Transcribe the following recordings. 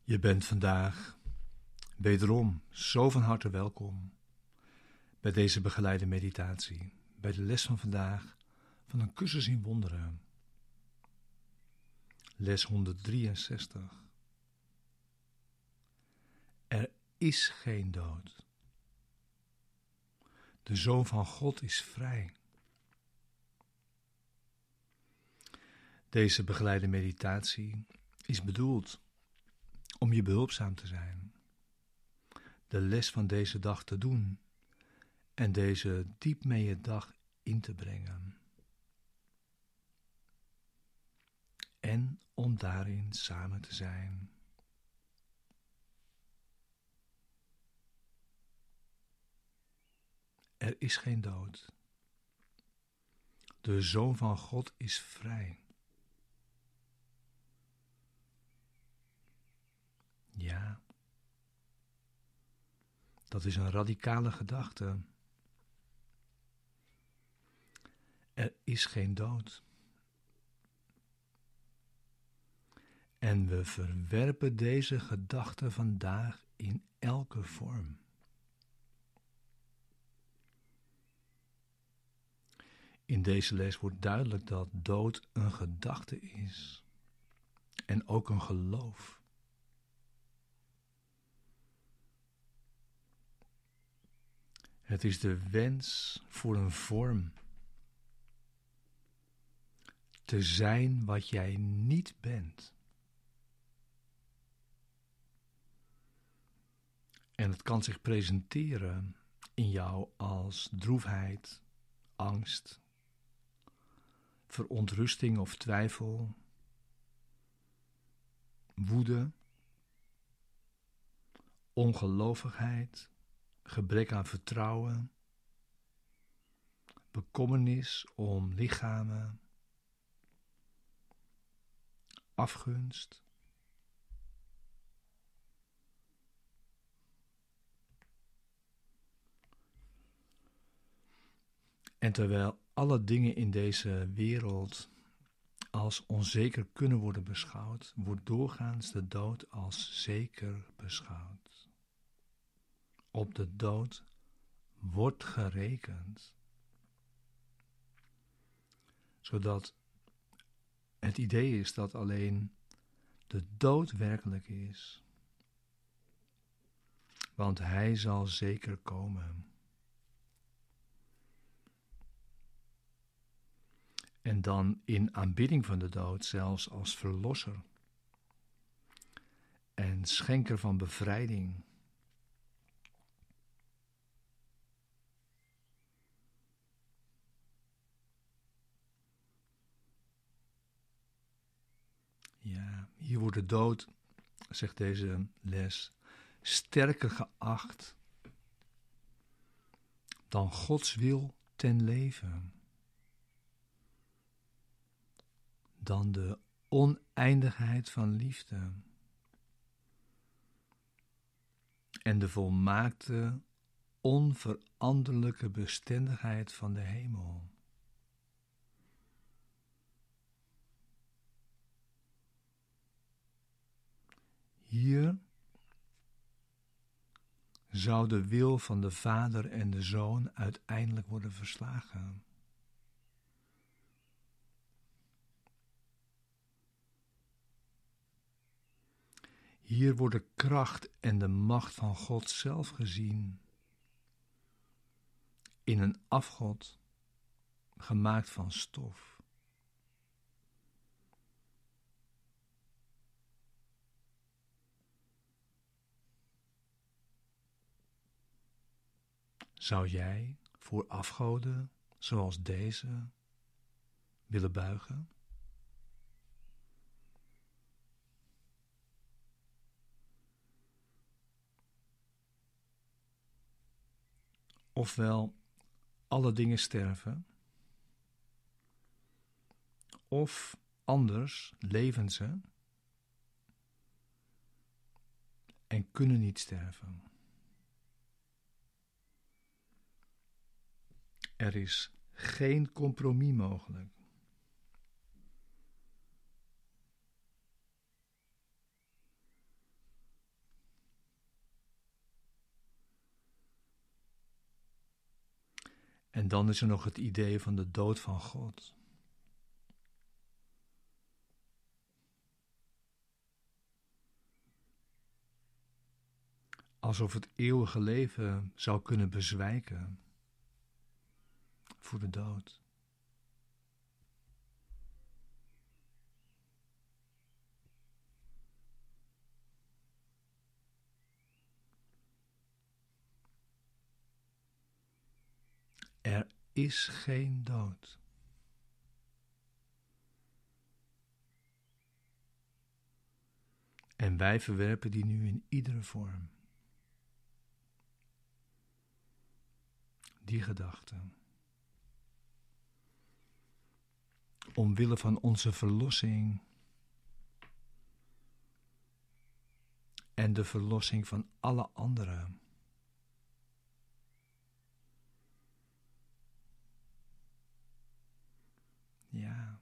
Je bent vandaag wederom zo van harte welkom bij deze begeleide meditatie, bij de les van vandaag van een cursus in wonderen. Les 163. Er is geen dood. De Zoon van God is vrij. Deze begeleide meditatie is bedoeld om je behulpzaam te zijn, de les van deze dag te doen en deze diep mee je dag in te brengen. En om daarin samen te zijn. Er is geen dood. De Zoon van God is vrij. Ja, dat is een radicale gedachte. Er is geen dood. En we verwerpen deze gedachte vandaag in elke vorm. In deze les wordt duidelijk dat dood een gedachte is en ook een geloof. Het is de wens voor een vorm. Te zijn wat jij niet bent. En het kan zich presenteren in jou als droefheid, angst, verontrusting of twijfel, woede, ongelovigheid, gebrek aan vertrouwen, bekommernis om lichamen, afgunst. En terwijl alle dingen in deze wereld als onzeker kunnen worden beschouwd, wordt doorgaans de dood als zeker beschouwd. Op de dood wordt gerekend. Zodat het idee is dat alleen de dood werkelijk is. Want hij zal zeker komen. En dan in aanbidding van de dood zelfs als verlosser en schenker van bevrijding. Ja, hier wordt de dood, zegt deze les, sterker geacht dan Gods wil ten leven. Dan de oneindigheid van liefde en de volmaakte, onveranderlijke bestendigheid van de hemel. Hier zou de wil van de Vader en de Zoon uiteindelijk worden verslagen. Hier wordt de kracht en de macht van God zelf gezien. In een afgod gemaakt van stof. Zou jij voor afgoden zoals deze willen buigen? Ofwel alle dingen sterven, of anders leven ze en kunnen niet sterven. Er is geen compromis mogelijk. En dan is er nog het idee van de dood van God. Alsof het eeuwige leven zou kunnen bezwijken voor de dood. Er is geen dood. En wij verwerpen die nu in iedere vorm. Die gedachte. Omwille van onze verlossing en de verlossing van alle anderen. Ja.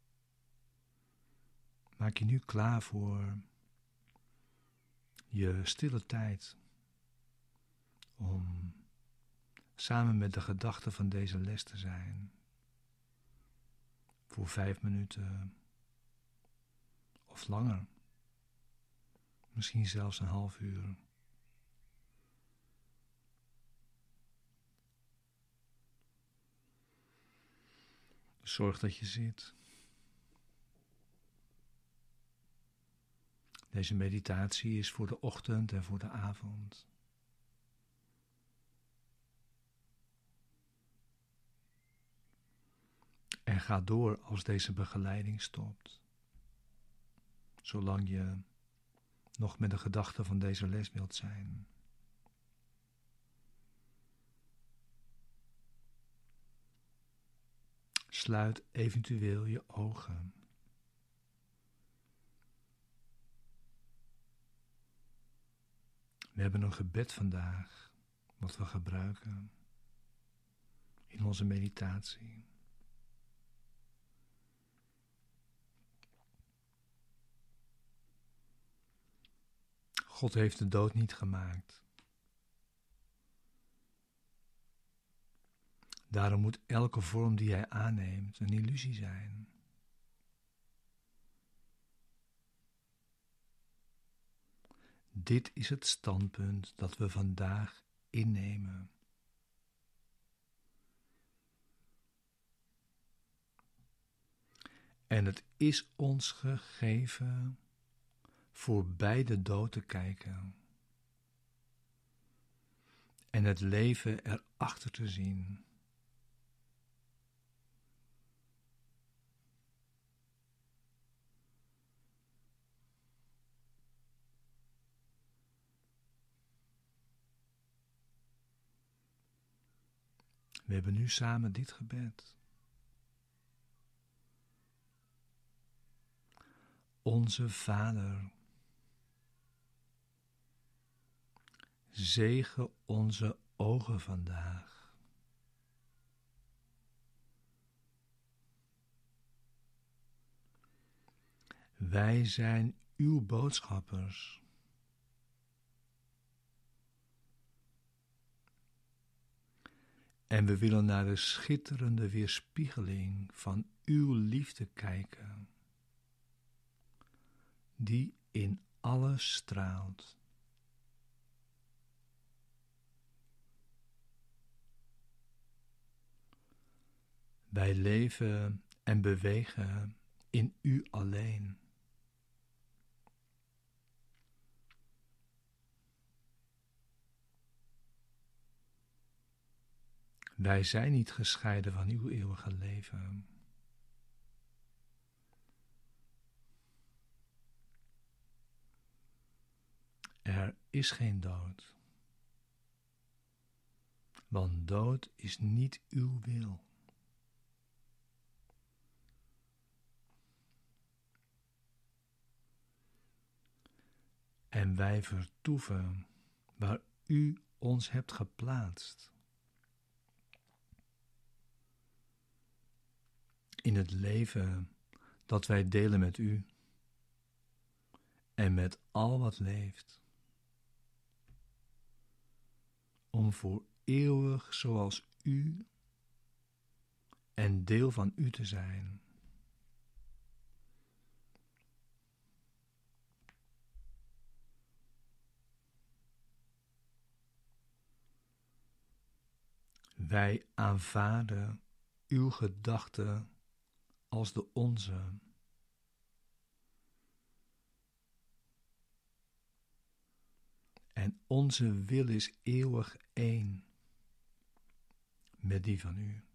Maak je nu klaar voor je stille tijd om samen met de gedachten van deze les te zijn. Voor 5 minuten of langer. Misschien zelfs een half uur. Zorg dat je zit. Deze meditatie is voor de ochtend en voor de avond. En ga door als deze begeleiding stopt. Zolang je nog met de gedachten van deze les wilt zijn. Sluit eventueel je ogen. We hebben een gebed vandaag, wat we gebruiken in onze meditatie. God heeft de dood niet gemaakt. Daarom moet elke vorm die hij aanneemt een illusie zijn. Dit is het standpunt dat we vandaag innemen. En het is ons gegeven voorbij de dood te kijken en het leven erachter te zien. We hebben nu samen dit gebed. Onze Vader, zegen onze ogen vandaag. Wij zijn uw boodschappers. En we willen naar de schitterende weerspiegeling van uw liefde kijken, die in alles straalt. Wij leven en bewegen in u alleen. Wij zijn niet gescheiden van uw eeuwige leven. Er is geen dood, want dood is niet uw wil. En wij vertoeven waar u ons hebt geplaatst. In het leven dat wij delen met u en met al wat leeft. Om voor eeuwig zoals u en deel van u te zijn. Wij aanvaarden uw gedachten als de onze. En onze wil is eeuwig één met die van u.